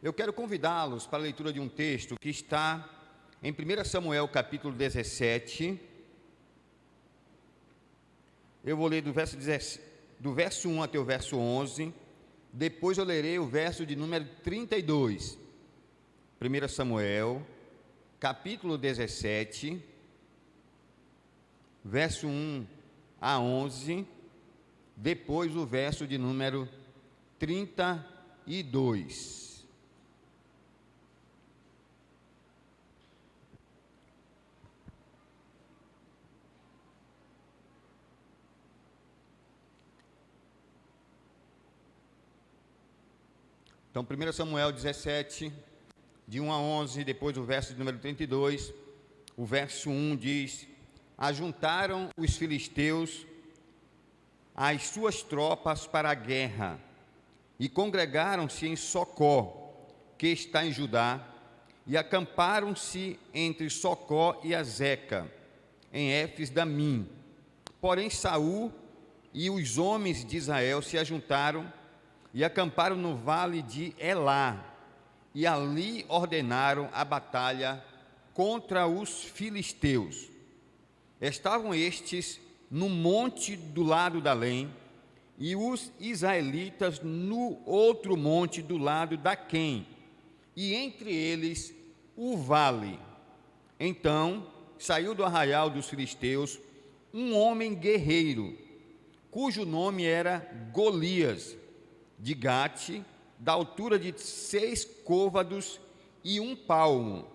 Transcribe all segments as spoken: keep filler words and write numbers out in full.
Eu quero convidá-los para a leitura de um texto que está em primeiro Samuel, capítulo dezessete. Eu vou ler do verso, do verso um até o verso onze. Depois eu lerei o verso de número trinta e dois. primeiro Samuel, capítulo dezessete, verso um a onze. Depois o verso de número trinta e dois. Então, primeiro Samuel dezessete, de um a onze, depois o verso de número trinta e dois, o verso um diz: Ajuntaram os filisteus as suas tropas para a guerra, e congregaram-se em Socó, que está em Judá, e acamparam-se entre Socó e Azeca, em Éfes-Damim. Porém Saul e os homens de Israel se ajuntaram e acamparam no vale de Elá, e ali ordenaram a batalha contra os filisteus. Estavam estes no monte do lado da Além, e os israelitas no outro monte do lado da Quém, e entre eles o vale. Então saiu do arraial dos filisteus um homem guerreiro, cujo nome era Golias, de Gate, da altura de seis côvados e um palmo.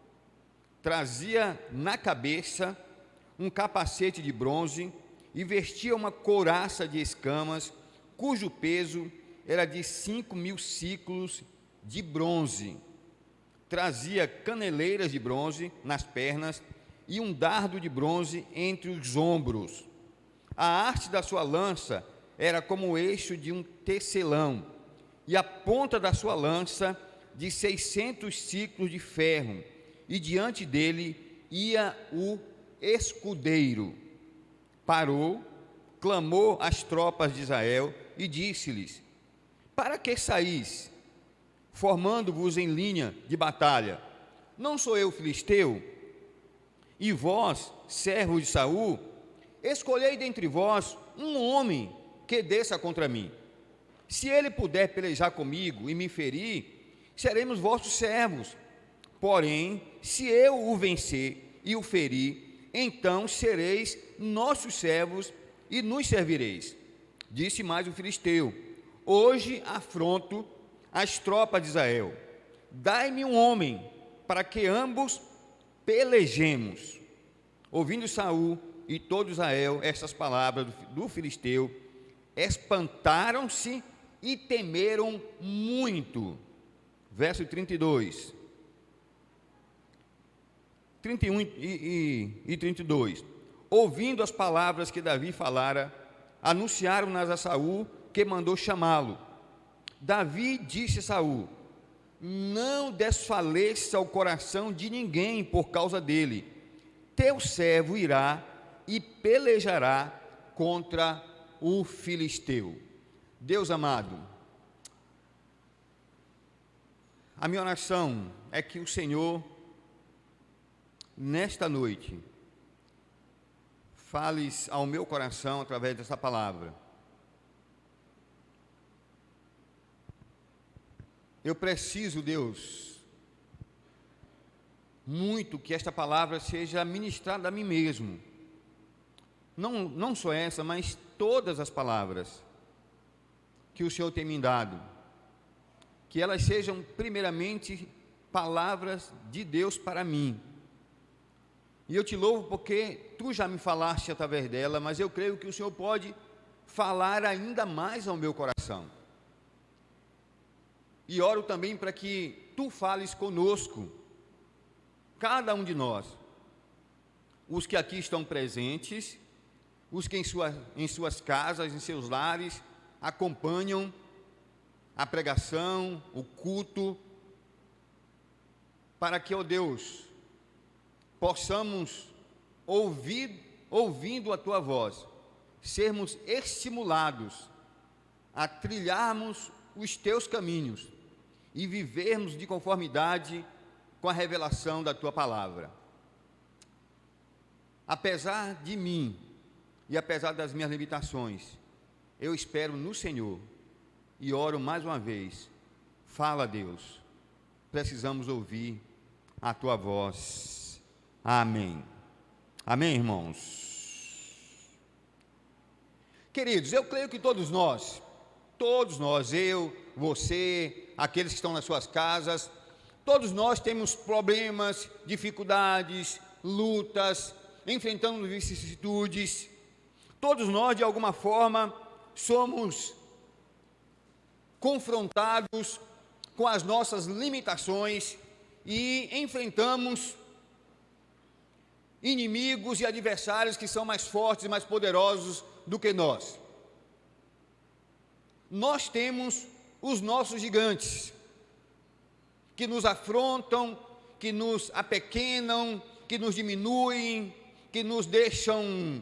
Trazia na cabeça um capacete de bronze e vestia uma couraça de escamas, cujo peso era de cinco mil ciclos de bronze. Trazia caneleiras de bronze nas pernas e um dardo de bronze entre os ombros. A haste da sua lança era como o eixo de um tecelão, e a ponta da sua lança de seiscentos ciclos de ferro, e diante dele ia o escudeiro. Parou, clamou às tropas de Israel e disse-lhes: Para que saís, formando-vos em linha de batalha? Não sou eu filisteu? E vós, servos de Saul, escolhei dentre vós um homem que desça contra mim. Se ele puder pelejar comigo e me ferir, seremos vossos servos. Porém, se eu o vencer e o ferir, então sereis nossos servos e nos servireis. Disse mais o filisteu: Hoje afronto as tropas de Israel. Dai-me um homem para que ambos pelejemos. Ouvindo Saul e todo Israel estas palavras do filisteu, espantaram-se e temeram muito. Verso trinta e dois, trinta e um e, e, e trinta e dois. Ouvindo as palavras que Davi falara, anunciaram-nas a Saul, que mandou chamá-lo. Davi disse a Saul: Não desfaleça o coração de ninguém por causa dele. Teu servo irá e pelejará contra o filisteu. Deus amado, a minha oração é que o Senhor, nesta noite, fales ao meu coração através dessa palavra. Eu preciso, Deus, muito que esta palavra seja ministrada a mim mesmo. Não, não só essa, mas todas as palavras que o Senhor tem me dado, que elas sejam primeiramente palavras de Deus para mim. E eu te louvo porque tu já me falaste através dela, mas eu creio que o Senhor pode falar ainda mais ao meu coração. E oro também para que tu fales conosco, cada um de nós, os que aqui estão presentes, os que em, sua, em suas casas, em seus lares, acompanham a pregação, o culto, para que, ó Deus, possamos ouvir, ouvindo a Tua voz, sermos estimulados a trilharmos os Teus caminhos e vivermos de conformidade com a revelação da Tua palavra. Apesar de mim e apesar das minhas limitações, eu espero no Senhor e oro mais uma vez. Fala, Deus, precisamos ouvir a Tua voz. Amém. Amém, irmãos? Queridos, eu creio que todos nós, todos nós, eu, você, aqueles que estão nas suas casas, todos nós temos problemas, dificuldades, lutas, enfrentamos vicissitudes. Todos nós, de alguma forma, somos confrontados com as nossas limitações e enfrentamos inimigos e adversários que são mais fortes e mais poderosos do que nós. Nós temos os nossos gigantes, que nos afrontam, que nos apequenam, que nos diminuem, que nos deixam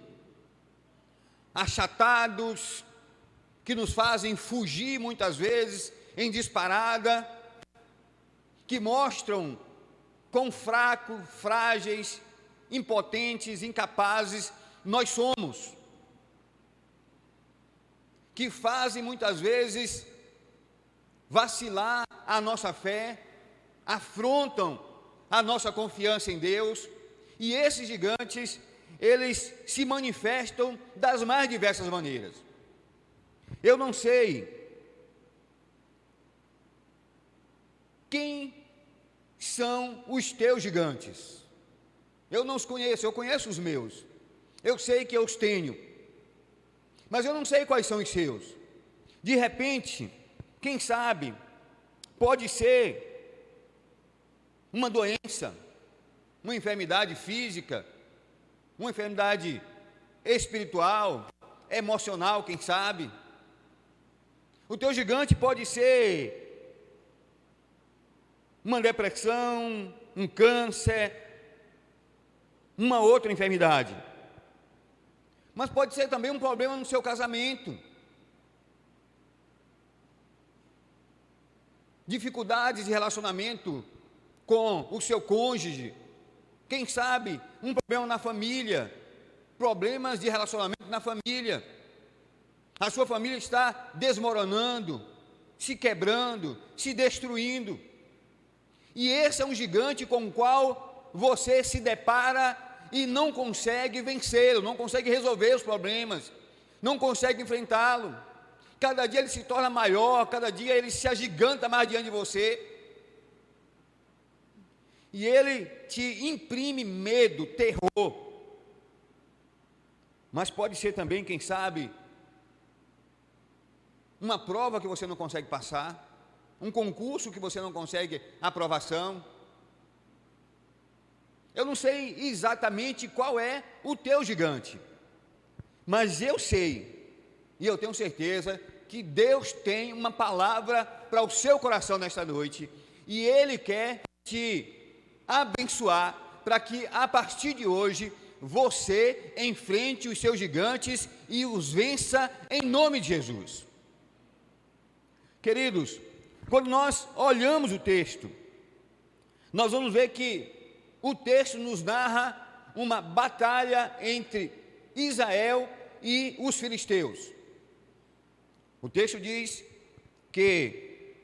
achatados, que nos fazem fugir muitas vezes em disparada, que mostram quão fracos, frágeis, impotentes, incapazes nós somos, que fazem muitas vezes vacilar a nossa fé, afrontam a nossa confiança em Deus, e esses gigantes, eles se manifestam das mais diversas maneiras. Eu não sei quem são os teus gigantes. Eu não os conheço, eu conheço os meus. Eu sei que eu os tenho, mas eu não sei quais são os seus. De repente, quem sabe, pode ser uma doença, uma enfermidade física, uma enfermidade espiritual, emocional, quem sabe. O teu gigante pode ser uma depressão, um câncer, uma outra enfermidade. Mas pode ser também um problema no seu casamento, dificuldades de relacionamento com o seu cônjuge, quem sabe um problema na família, problemas de relacionamento na família, a sua família está desmoronando, se quebrando, se destruindo, e esse é um gigante com o qual você se depara e não consegue vencê-lo, não consegue resolver os problemas, não consegue enfrentá-lo. Cada dia ele se torna maior, cada dia ele se agiganta mais diante de você, e ele te imprime medo, terror. Mas pode ser também, quem sabe, uma prova que você não consegue passar, um concurso que você não consegue aprovação. Eu não sei exatamente qual é o teu gigante, mas eu sei, e eu tenho certeza que Deus tem uma palavra para o seu coração nesta noite, e Ele quer te abençoar, para que a partir de hoje, você enfrente os seus gigantes e os vença em nome de Jesus. Queridos, quando nós olhamos o texto, nós vamos ver que o texto nos narra uma batalha entre Israel e os filisteus. O texto diz que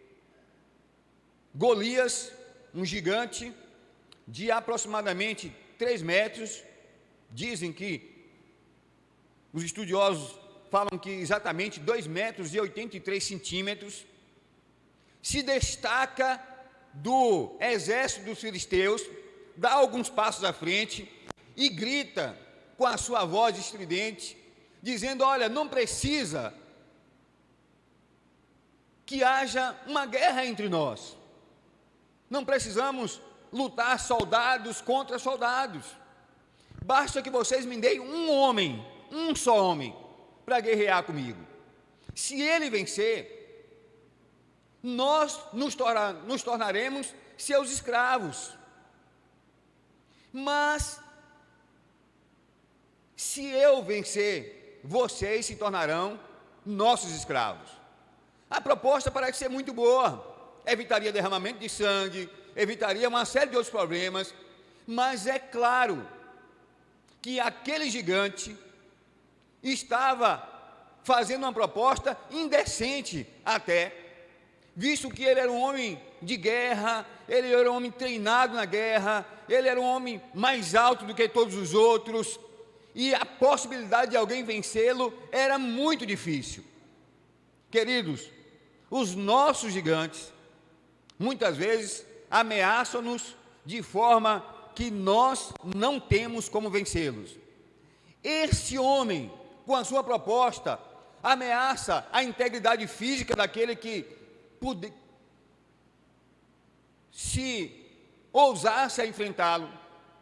Golias, um gigante de aproximadamente três metros, dizem que os estudiosos falam que exatamente dois metros e oitenta e três centímetros, se destaca do exército dos filisteus, dá alguns passos à frente e grita com a sua voz estridente, dizendo: olha, não precisa que haja uma guerra entre nós, não precisamos lutar soldados contra soldados, basta que vocês me deem um homem, um só homem, para guerrear comigo. Se ele vencer, nós nos, torna, nos tornaremos seus escravos. Mas, se eu vencer, vocês se tornarão nossos escravos. A proposta parece ser muito boa. evitaria derramamento de sangue, evitaria uma série de outros problemas, mas é claro que aquele gigante estava fazendo uma proposta indecente até, visto que ele era um homem de guerra, ele era um homem treinado na guerra, ele era um homem mais alto do que todos os outros, e a possibilidade de alguém vencê-lo era muito difícil. Queridos, os nossos gigantes, muitas vezes, ameaçam-nos de forma que nós não temos como vencê-los. Esse homem, com a sua proposta, ameaça a integridade física daquele que puder, se ousasse a enfrentá-lo.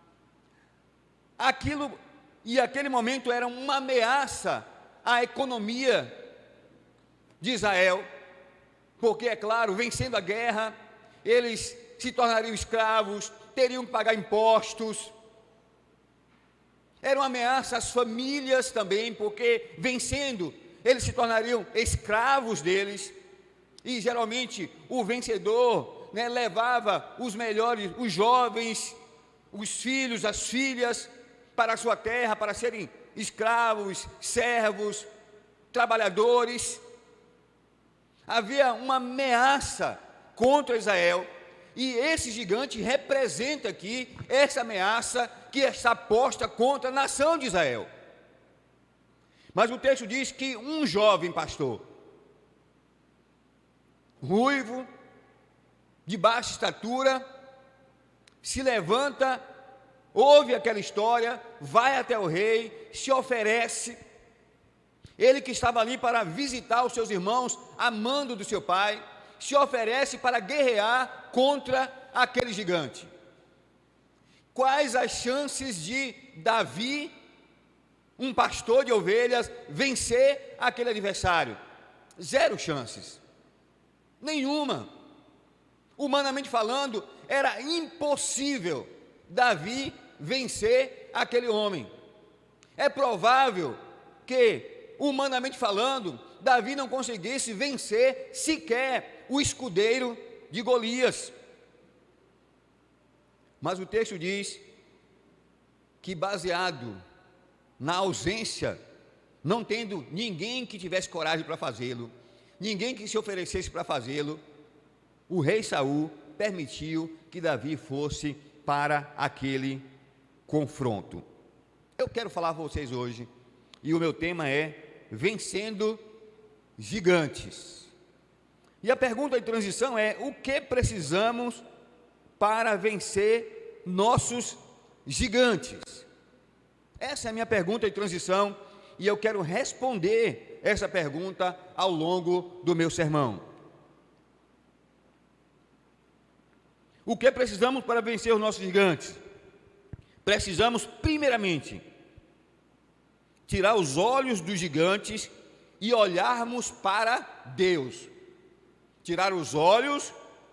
Aquilo e aquele momento era uma ameaça à economia de Israel, porque, é claro, vencendo a guerra, eles se tornariam escravos, teriam que pagar impostos. Era uma ameaça às famílias também, porque vencendo, eles se tornariam escravos deles, e geralmente o vencedor, né, levava os melhores, os jovens, os filhos, as filhas, para a sua terra, para serem escravos, servos, trabalhadores. Havia uma ameaça contra Israel, e esse gigante representa aqui essa ameaça que está posta contra a nação de Israel. Mas o texto diz que um jovem pastor, ruivo, de baixa estatura, se levanta, ouve aquela história, vai até o rei, se oferece. Ele que estava ali para visitar os seus irmãos, amando do seu pai, se oferece para guerrear contra aquele gigante. Quais as chances de Davi, um pastor de ovelhas, vencer aquele adversário? Zero chances. Nenhuma. Humanamente falando, era impossível Davi vencer aquele homem. É provável que, humanamente falando, Davi não conseguisse vencer sequer o escudeiro de Golias. Mas o texto diz que, baseado na ausência, não tendo ninguém que tivesse coragem para fazê-lo, ninguém que se oferecesse para fazê-lo, o rei Saul permitiu que Davi fosse para aquele confronto. Eu quero falar com vocês hoje, e o meu tema é vencendo gigantes. E a pergunta de transição é: o que precisamos para vencer nossos gigantes? Essa é a minha pergunta de transição, e eu quero responder essa pergunta ao longo do meu sermão. O que precisamos para vencer os nossos gigantes? Precisamos, primeiramente, tirar os olhos dos gigantes e olharmos para Deus. Tirar os olhos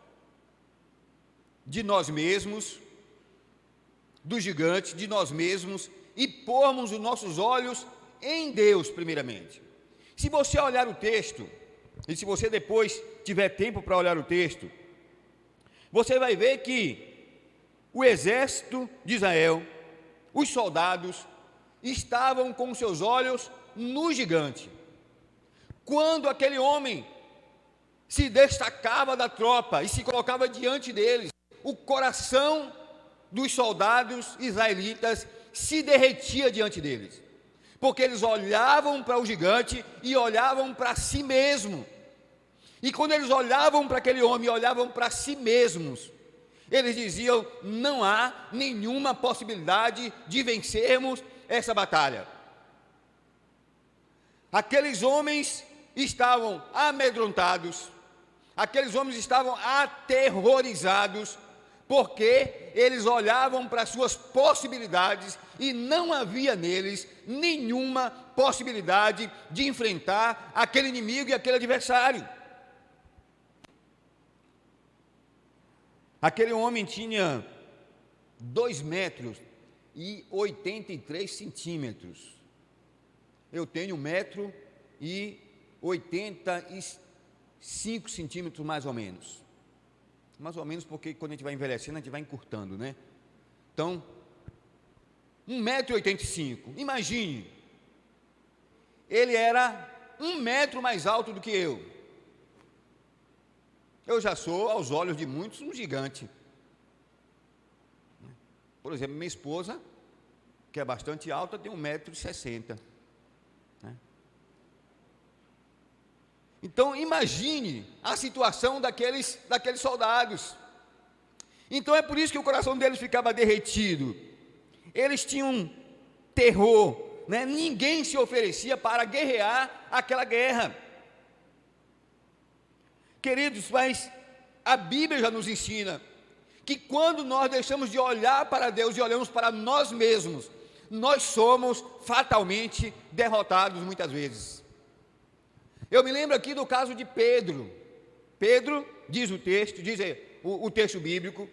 de nós mesmos, dos gigantes, de nós mesmos, e pormos os nossos olhos em Deus, primeiramente. Se você olhar o texto, e se você depois tiver tempo para olhar o texto, você vai ver que o exército de Israel, os soldados, estavam com seus olhos no gigante. Quando aquele homem se destacava da tropa e se colocava diante deles, o coração dos soldados israelitas se derretia diante deles, porque eles olhavam para o gigante e olhavam para si mesmo. E quando eles olhavam para aquele homem e olhavam para si mesmos, eles diziam: não há nenhuma possibilidade de vencermos essa batalha. Aqueles homens estavam amedrontados, aqueles homens estavam aterrorizados, porque eles olhavam para as suas possibilidades e não havia neles nenhuma possibilidade de enfrentar aquele inimigo e aquele adversário. Aquele homem tinha dois metros e oitenta e três centímetros. Eu tenho um metro e oitenta e cinco centímetros, mais ou menos. Mais ou menos porque quando a gente vai envelhecendo, a gente vai encurtando, né? Então, um metro e oitenta e cinco, imagine, ele era um metro mais alto do que eu. Eu já sou, aos olhos de muitos, um gigante. Por exemplo, minha esposa, que é bastante alta, tem um metro e sessenta. Então, imagine a situação daqueles, daqueles soldados. Então, é por isso que o coração deles ficava derretido. Eles tinham terror, né? Ninguém se oferecia para guerrear aquela guerra. Queridos, mas a Bíblia já nos ensina que quando nós deixamos de olhar para Deus e olhamos para nós mesmos, nós somos fatalmente derrotados muitas vezes. Eu me lembro aqui do caso de Pedro. Pedro, diz o texto, diz o, o texto bíblico,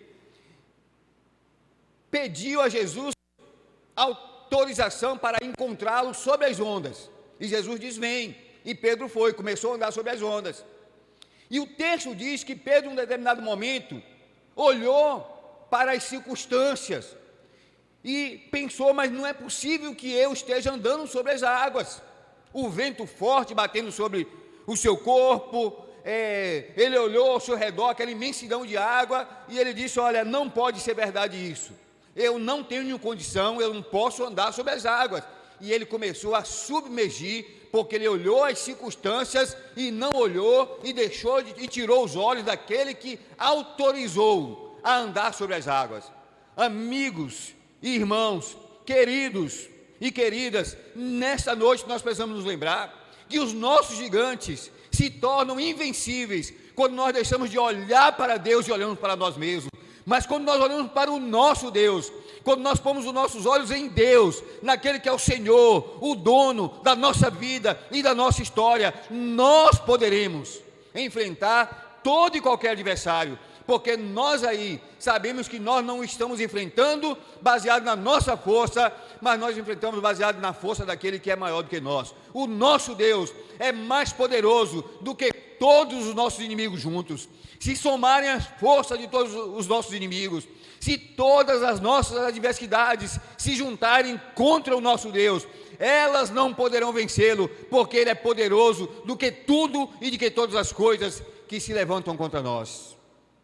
pediu a Jesus autorização para encontrá-lo sobre as ondas. E Jesus diz, vem. E Pedro foi, começou a andar sobre as ondas. E o texto diz que Pedro, em um determinado momento, olhou para as circunstâncias e pensou, mas não é possível que eu esteja andando sobre as águas. O vento forte batendo sobre o seu corpo, é, ele olhou ao seu redor, aquela imensidão de água, e ele disse, olha, não pode ser verdade isso, eu não tenho nenhuma condição, eu não posso andar sobre as águas. E ele começou a submergir, porque ele olhou as circunstâncias e não olhou, e deixou de, e tirou os olhos daquele que autorizou a andar sobre as águas. Amigos, irmãos, queridos e queridas, nesta noite nós precisamos nos lembrar que os nossos gigantes se tornam invencíveis quando nós deixamos de olhar para Deus e olhamos para nós mesmos. Mas quando nós olhamos para o nosso Deus, quando nós pomos os nossos olhos em Deus, naquele que é o Senhor, o dono da nossa vida e da nossa história, nós poderemos enfrentar todo e qualquer adversário, porque nós aí sabemos que nós não estamos enfrentando baseado na nossa força, mas nós enfrentamos baseado na força daquele que é maior do que nós. O nosso Deus é mais poderoso do que todos os nossos inimigos juntos. Se somarem as forças de todos os nossos inimigos, se todas as nossas adversidades se juntarem contra o nosso Deus, elas não poderão vencê-lo, porque Ele é poderoso do que tudo e de que todas as coisas que se levantam contra nós.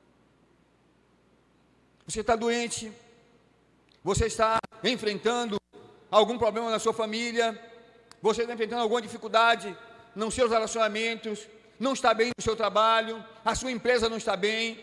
Você está doente, você está enfrentando algum problema na sua família, você está enfrentando alguma dificuldade nos seus relacionamentos, não está bem no seu trabalho, a sua empresa não está bem,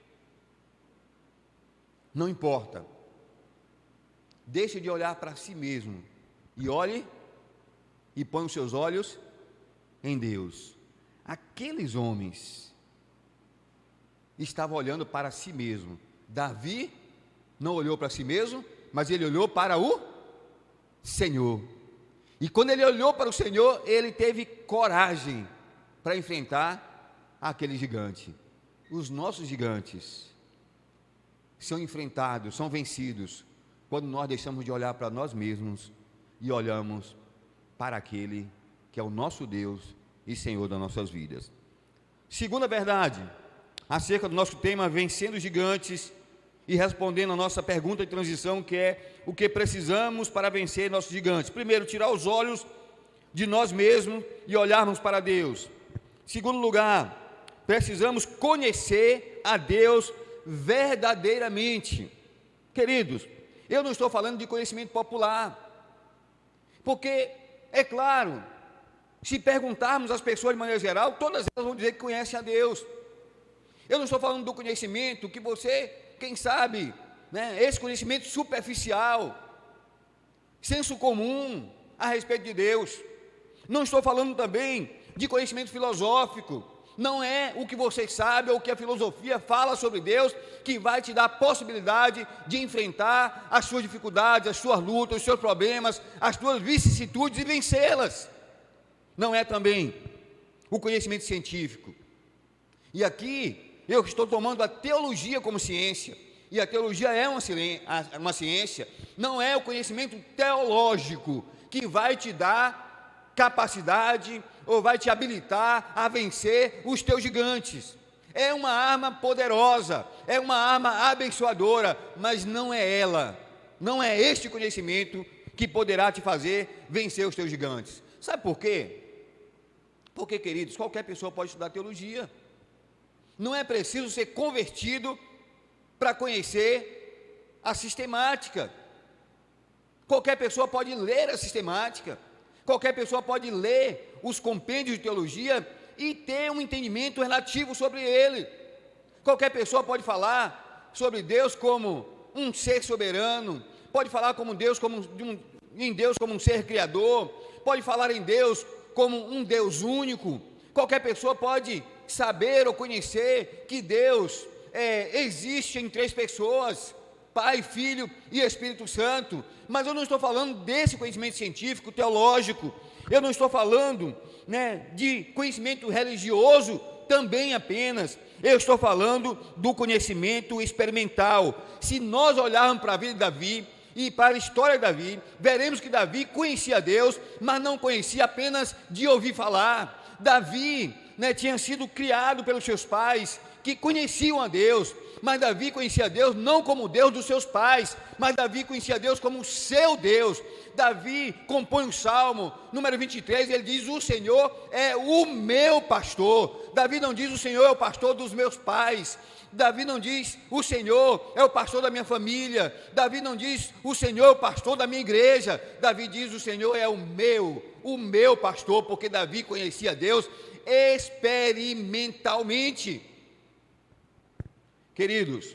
não importa, deixe de olhar para si mesmo e olhe e põe os seus olhos em Deus. Aqueles homens estavam olhando para si mesmo. Davi não olhou para si mesmo, mas ele olhou para o Senhor. E quando ele olhou para o Senhor, ele teve coragem para enfrentar aquele gigante. Os nossos gigantes são enfrentados, são vencidos, quando nós deixamos de olhar para nós mesmos e olhamos para aquele que é o nosso Deus e Senhor das nossas vidas. Segunda verdade, acerca do nosso tema, vencendo os gigantes, e respondendo a nossa pergunta de transição, que é o que precisamos para vencer nossos gigantes. Primeiro, tirar os olhos de nós mesmos e olharmos para Deus. Segundo lugar, precisamos conhecer a Deus verdadeiramente. Queridos, eu não estou falando de conhecimento popular, porque, é claro, se perguntarmos às pessoas de maneira geral, todas elas vão dizer que conhecem a Deus. Eu não estou falando do conhecimento que você, quem sabe, né, esse conhecimento superficial, senso comum a respeito de Deus. Não estou falando também de conhecimento filosófico. Não é o que você sabe ou o que a filosofia fala sobre Deus que vai te dar a possibilidade de enfrentar as suas dificuldades, as suas lutas, os seus problemas, as suas vicissitudes e vencê-las. Não é também o conhecimento científico. E aqui eu estou tomando a teologia como ciência, e a teologia é uma, uma ciência, não é o conhecimento teológico que vai te dar capacidade ou vai te habilitar a vencer os teus gigantes. É uma arma poderosa, é uma arma abençoadora, mas não é ela, não é este conhecimento que poderá te fazer vencer os teus gigantes. Sabe por quê? Porque, queridos, qualquer pessoa pode estudar teologia. Não é preciso ser convertido para conhecer a sistemática. Qualquer pessoa pode ler a sistemática. Qualquer pessoa pode ler os compêndios de teologia e ter um entendimento relativo sobre ele. Qualquer pessoa pode falar sobre Deus como um ser soberano, pode falar como Deus, como um, em Deus como um ser criador, pode falar em Deus como um Deus único. Qualquer pessoa pode saber ou conhecer que Deus é, existe em três pessoas, Pai, Filho e Espírito Santo. Mas eu não estou falando desse conhecimento científico, teológico. Eu não estou falando, né, de conhecimento religioso também apenas. Eu estou falando do conhecimento experimental. Se nós olharmos para a vida de Davi e para a história de Davi, veremos que Davi conhecia Deus, mas não conhecia apenas de ouvir falar. Davi, né, tinha sido criado pelos seus pais, que conheciam a Deus, mas Davi conhecia Deus não como Deus dos seus pais, mas Davi conhecia Deus como seu Deus. Davi compõe o Salmo número vinte e três, ele diz: o Senhor é o meu pastor. Davi não diz: o Senhor é o pastor dos meus pais. Davi não diz: o Senhor é o pastor da minha família. Davi não diz: o Senhor é o pastor da minha igreja. Davi diz: o Senhor é o meu, o meu pastor, porque Davi conhecia Deus experimentalmente. Queridos,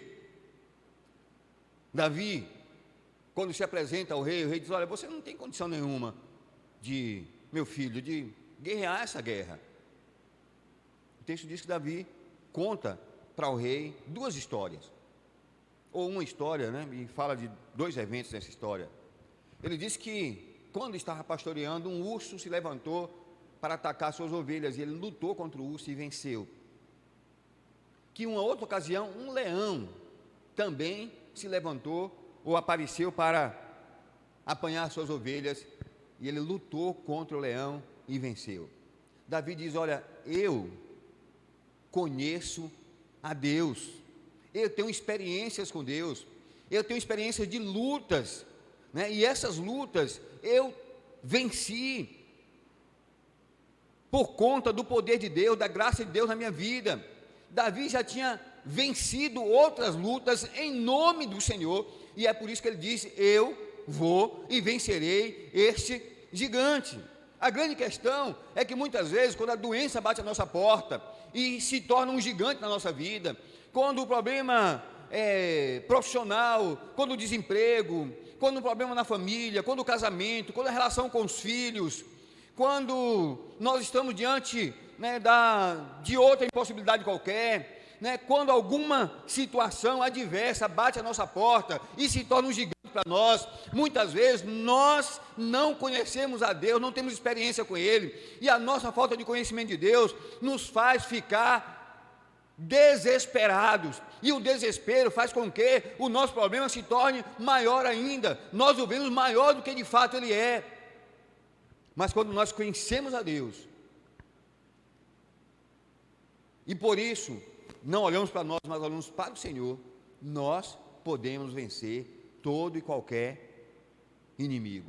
Davi, quando se apresenta ao rei, o rei diz: olha, você não tem condição nenhuma de, meu filho, de guerrear essa guerra. O texto diz que Davi conta para o rei duas histórias, ou uma história, né, e fala de dois eventos nessa história. Ele diz que quando estava pastoreando, um urso se levantou para atacar suas ovelhas, e ele lutou contra o urso e venceu. Que em uma outra ocasião, um leão também se levantou ou apareceu para apanhar suas ovelhas, e ele lutou contra o leão e venceu. Davi diz: olha, eu conheço a Deus, eu tenho experiências com Deus, eu tenho experiências de lutas, né? E essas lutas eu venci por conta do poder de Deus, da graça de Deus na minha vida. Davi já tinha vencido outras lutas em nome do Senhor, e é por isso que ele diz: eu vou e vencerei este gigante. A grande questão é que muitas vezes, quando a doença bate a nossa porta e se torna um gigante na nossa vida, quando o problema é profissional, quando o desemprego, quando o problema na família, quando o casamento, quando a relação com os filhos, quando nós estamos diante, né, da, de outra impossibilidade qualquer, né, quando alguma situação adversa bate a nossa porta e se torna um gigante para nós, muitas vezes nós não conhecemos a Deus, não temos experiência com Ele, e a nossa falta de conhecimento de Deus nos faz ficar desesperados, e o desespero faz com que o nosso problema se torne maior ainda, nós o vemos maior do que de fato ele é. Mas quando nós conhecemos a Deus, e por isso não olhamos para nós, mas olhamos para o Senhor, nós podemos vencer todo e qualquer inimigo.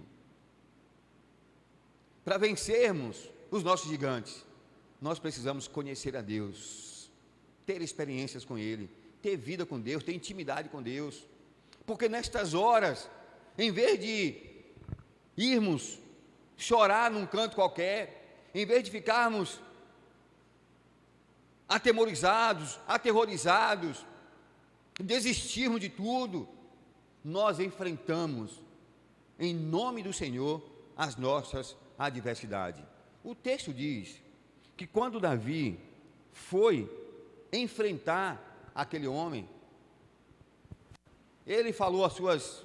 Para vencermos os nossos gigantes, nós precisamos conhecer a Deus, ter experiências com Ele, ter vida com Deus, ter intimidade com Deus, porque nestas horas, em vez de irmos chorar num canto qualquer, em vez de ficarmos atemorizados, aterrorizados, desistirmos de tudo, nós enfrentamos, em nome do Senhor, as nossas adversidades. O texto diz que quando Davi foi enfrentar aquele homem, ele falou as suas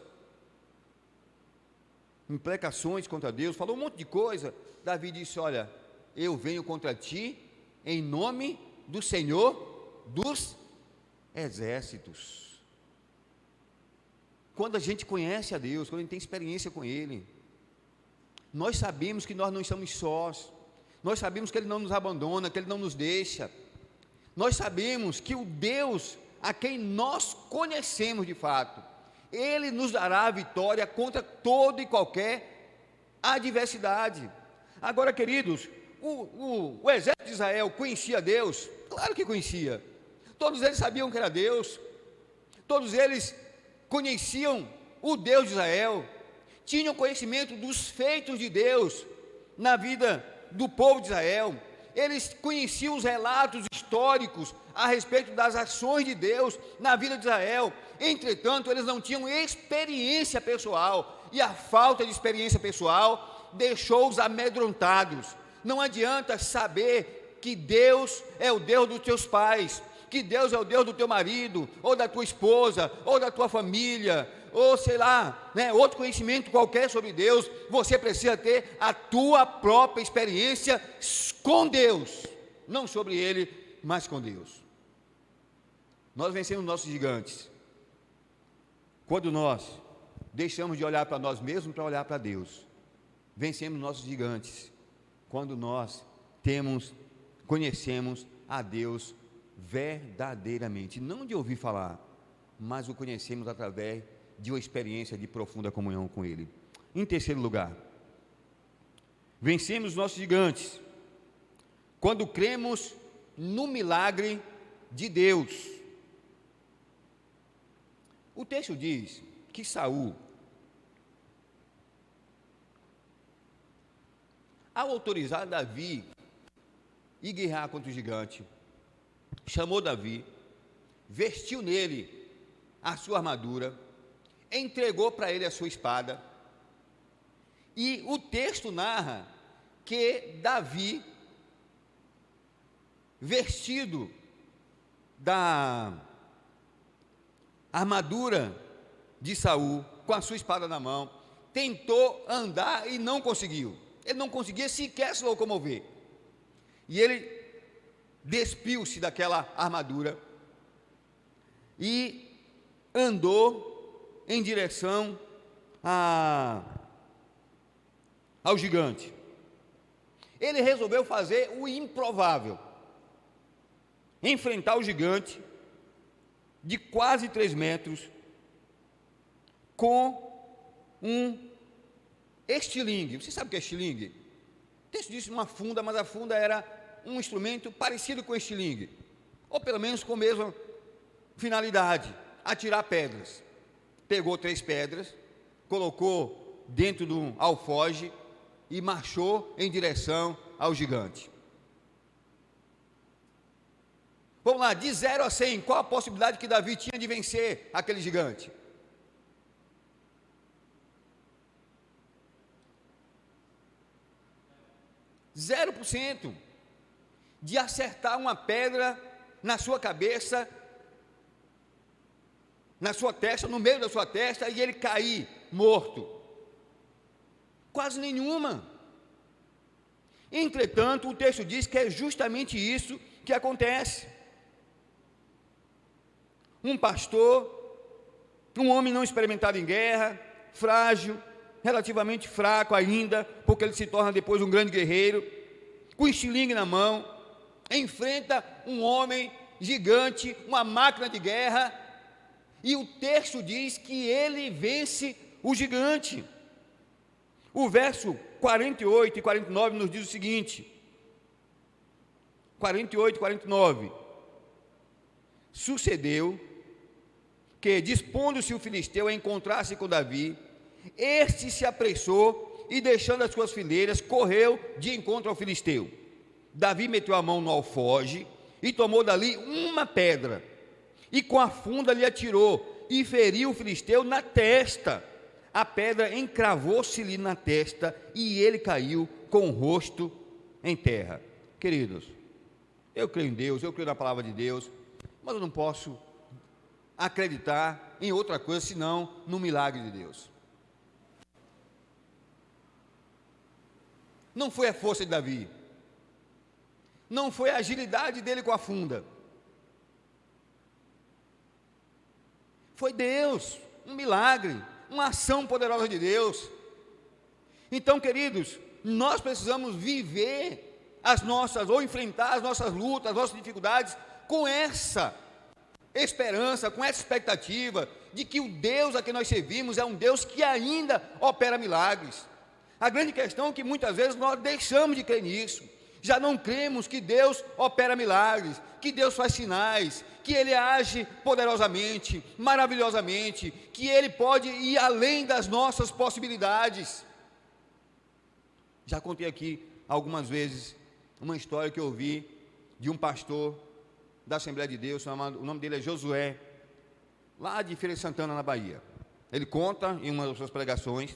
imprecações contra Deus, falou um monte de coisa. Davi disse: olha, eu venho contra ti em nome do Senhor dos exércitos. Quando a gente conhece a Deus, quando a gente tem experiência com Ele, nós sabemos que nós não estamos sós, nós sabemos que Ele não nos abandona, que Ele não nos deixa, nós sabemos que o Deus a quem nós conhecemos de fato, Ele nos dará a vitória contra toda e qualquer adversidade. Agora, queridos, o, o, o exército de Israel conhecia Deus? Claro que conhecia. Todos eles sabiam que era Deus. Todos eles conheciam o Deus de Israel. Tinham conhecimento dos feitos de Deus na vida do povo de Israel. Eles conheciam os relatos históricos a respeito das ações de Deus na vida de Israel. Entretanto, eles não tinham experiência pessoal, e a falta de experiência pessoal deixou-os amedrontados. Não adianta saber que Deus é o Deus dos teus pais, que Deus é o Deus do teu marido, ou da tua esposa, ou da tua família, ou sei lá, né, outro conhecimento qualquer sobre Deus. Você precisa ter a tua própria experiência com Deus, não sobre Ele, mas com Deus. Nós vencemos nossos gigantes quando nós deixamos de olhar para nós mesmos para olhar para Deus. Vencemos nossos gigantes quando nós temos, conhecemos a Deus verdadeiramente, não de ouvir falar, mas o conhecemos através de uma experiência de profunda comunhão com Ele. Em terceiro lugar, vencemos nossos gigantes quando cremos no milagre de Deus. O texto diz que Saul, ao autorizar Davi a guerrear contra o gigante, chamou Davi, vestiu nele a sua armadura, entregou para ele a sua espada, e o texto narra que Davi, vestido da armadura de Saul, com a sua espada na mão, tentou andar e não conseguiu. Ele não conseguia sequer se locomover. E ele despiu-se daquela armadura e andou em direção a, ao gigante. Ele resolveu fazer o improvável, enfrentar o gigante de quase três metros com um estilingue. Você sabe o que é estilingue? O texto disse uma funda, mas a funda era um instrumento parecido com estilingue, ou pelo menos com a mesma finalidade, atirar pedras. Pegou três pedras, colocou dentro do alfoge e marchou em direção ao gigante. Vamos lá, de zero a cem, qual a possibilidade que Davi tinha de vencer aquele gigante? Zero por cento de acertar uma pedra na sua cabeça, na sua testa, no meio da sua testa, e ele cair morto. Quase nenhuma. Entretanto, o texto diz que é justamente isso que acontece. Um pastor, um homem não experimentado em guerra, frágil, relativamente fraco ainda, porque ele se torna depois um grande guerreiro, com estilingue na mão, enfrenta um homem gigante, uma máquina de guerra, e o texto diz que ele vence o gigante. O verso quarenta e oito e quarenta e nove nos diz o seguinte, quarenta e oito e quarenta e nove, sucedeu que, dispondo-se o filisteu a encontrar-se com Davi, este se apressou e, deixando as suas fileiras, correu de encontro ao filisteu. Davi meteu a mão no alfoge e tomou dali uma pedra, e com a funda lhe atirou, e feriu o filisteu na testa. A pedra encravou-se-lhe na testa, e ele caiu com o rosto em terra. Queridos, eu creio em Deus, eu creio na palavra de Deus, mas eu não posso acreditar em outra coisa senão no milagre de Deus. Não foi a força de Davi, não foi a agilidade dele com a funda, foi Deus, um milagre, uma ação poderosa de Deus. Então, queridos, nós precisamos viver as nossas, ou enfrentar as nossas lutas, as nossas dificuldades, com essa esperança, com essa expectativa de que o Deus a que nós servimos é um Deus que ainda opera milagres. A grande questão é que muitas vezes nós deixamos de crer nisso, já não cremos que Deus opera milagres, que Deus faz sinais, que Ele age poderosamente, maravilhosamente, que Ele pode ir além das nossas possibilidades. Já contei aqui algumas vezes uma história que eu ouvi de um pastor da Assembleia de Deus, chamado, o nome dele é Josué, lá de Feira de Santana, na Bahia. Ele conta em uma das suas pregações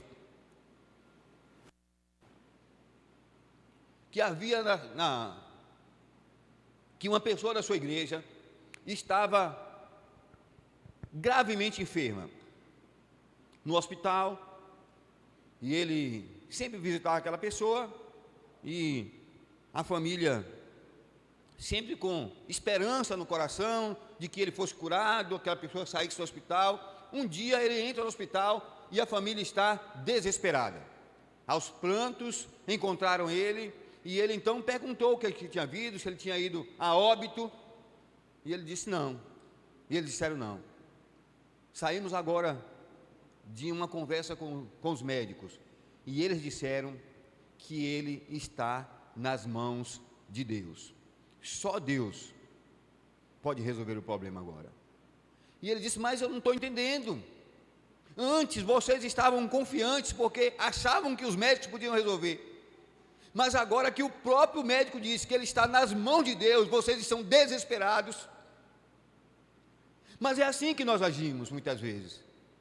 que havia na, na, que uma pessoa da sua igreja estava gravemente enferma no hospital, e ele sempre visitava aquela pessoa, e a família sempre com esperança no coração de que ele fosse curado, aquela pessoa saísse do hospital. Um dia ele entra no hospital e a família está desesperada. Aos prantos encontraram ele, e ele então perguntou o que ele tinha havido, se ele tinha ido a óbito, e ele disse não. E eles disseram não. Saímos agora de uma conversa com, com os médicos, e eles disseram que ele está nas mãos de Deus. Só Deus pode resolver o problema agora. E ele disse, mas eu não estou entendendo. Antes vocês estavam confiantes porque achavam que os médicos podiam resolver. Mas agora que o próprio médico disse que ele está nas mãos de Deus, vocês estão desesperados. Mas é assim que nós agimos muitas vezes.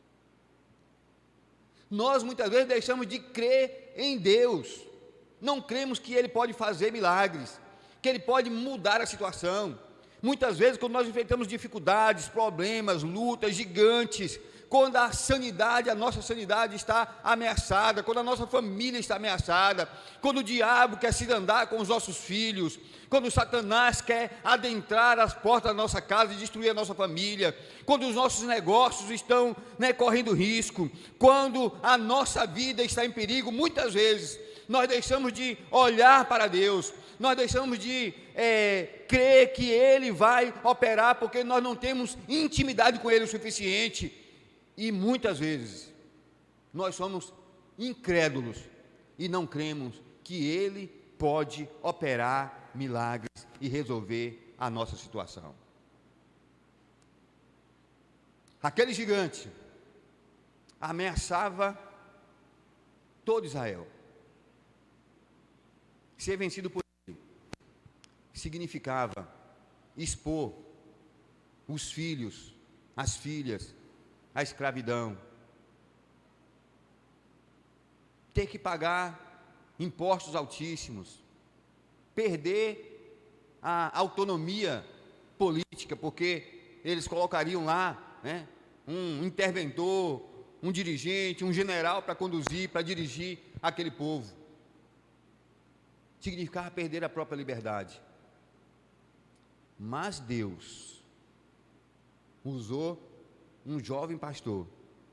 Nós muitas vezes deixamos de crer em Deus. Não cremos que Ele pode fazer milagres, que Ele pode mudar a situação. Muitas vezes, quando nós enfrentamos dificuldades, problemas, lutas gigantes, quando a sanidade, a nossa sanidade está ameaçada, quando a nossa família está ameaçada, quando o diabo quer se andar com os nossos filhos, quando o Satanás quer adentrar as portas da nossa casa e destruir a nossa família, quando os nossos negócios estão, né, correndo risco, quando a nossa vida está em perigo, muitas vezes nós deixamos de olhar para Deus, nós deixamos de é, crer que Ele vai operar, porque nós não temos intimidade com Ele o suficiente. E muitas vezes nós somos incrédulos e não cremos que Ele pode operar milagres e resolver a nossa situação. Aquele gigante ameaçava todo Israel. Ser vencido por ele significava expor os filhos, as filhas, a escravidão, ter que pagar impostos altíssimos, perder a autonomia política, porque eles colocariam lá, né, um interventor, um dirigente, um general para conduzir, para dirigir aquele povo. Significava perder a própria liberdade. Mas Deus usou um jovem pastor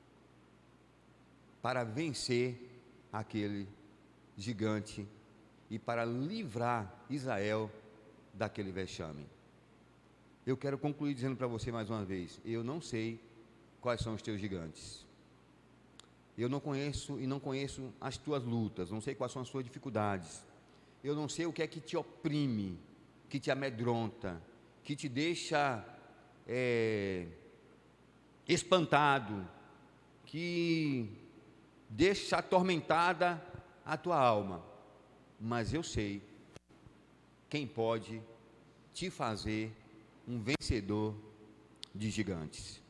para vencer aquele gigante e para livrar Israel daquele vexame. Eu quero concluir dizendo para você mais uma vez, eu não sei quais são os teus gigantes. Eu não conheço e não conheço as tuas lutas, não sei quais são as tuas dificuldades. Eu não sei o que é que te oprime, que te amedronta, que te deixa é, espantado, que deixa atormentada a tua alma. Mas eu sei quem pode te fazer um vencedor de gigantes.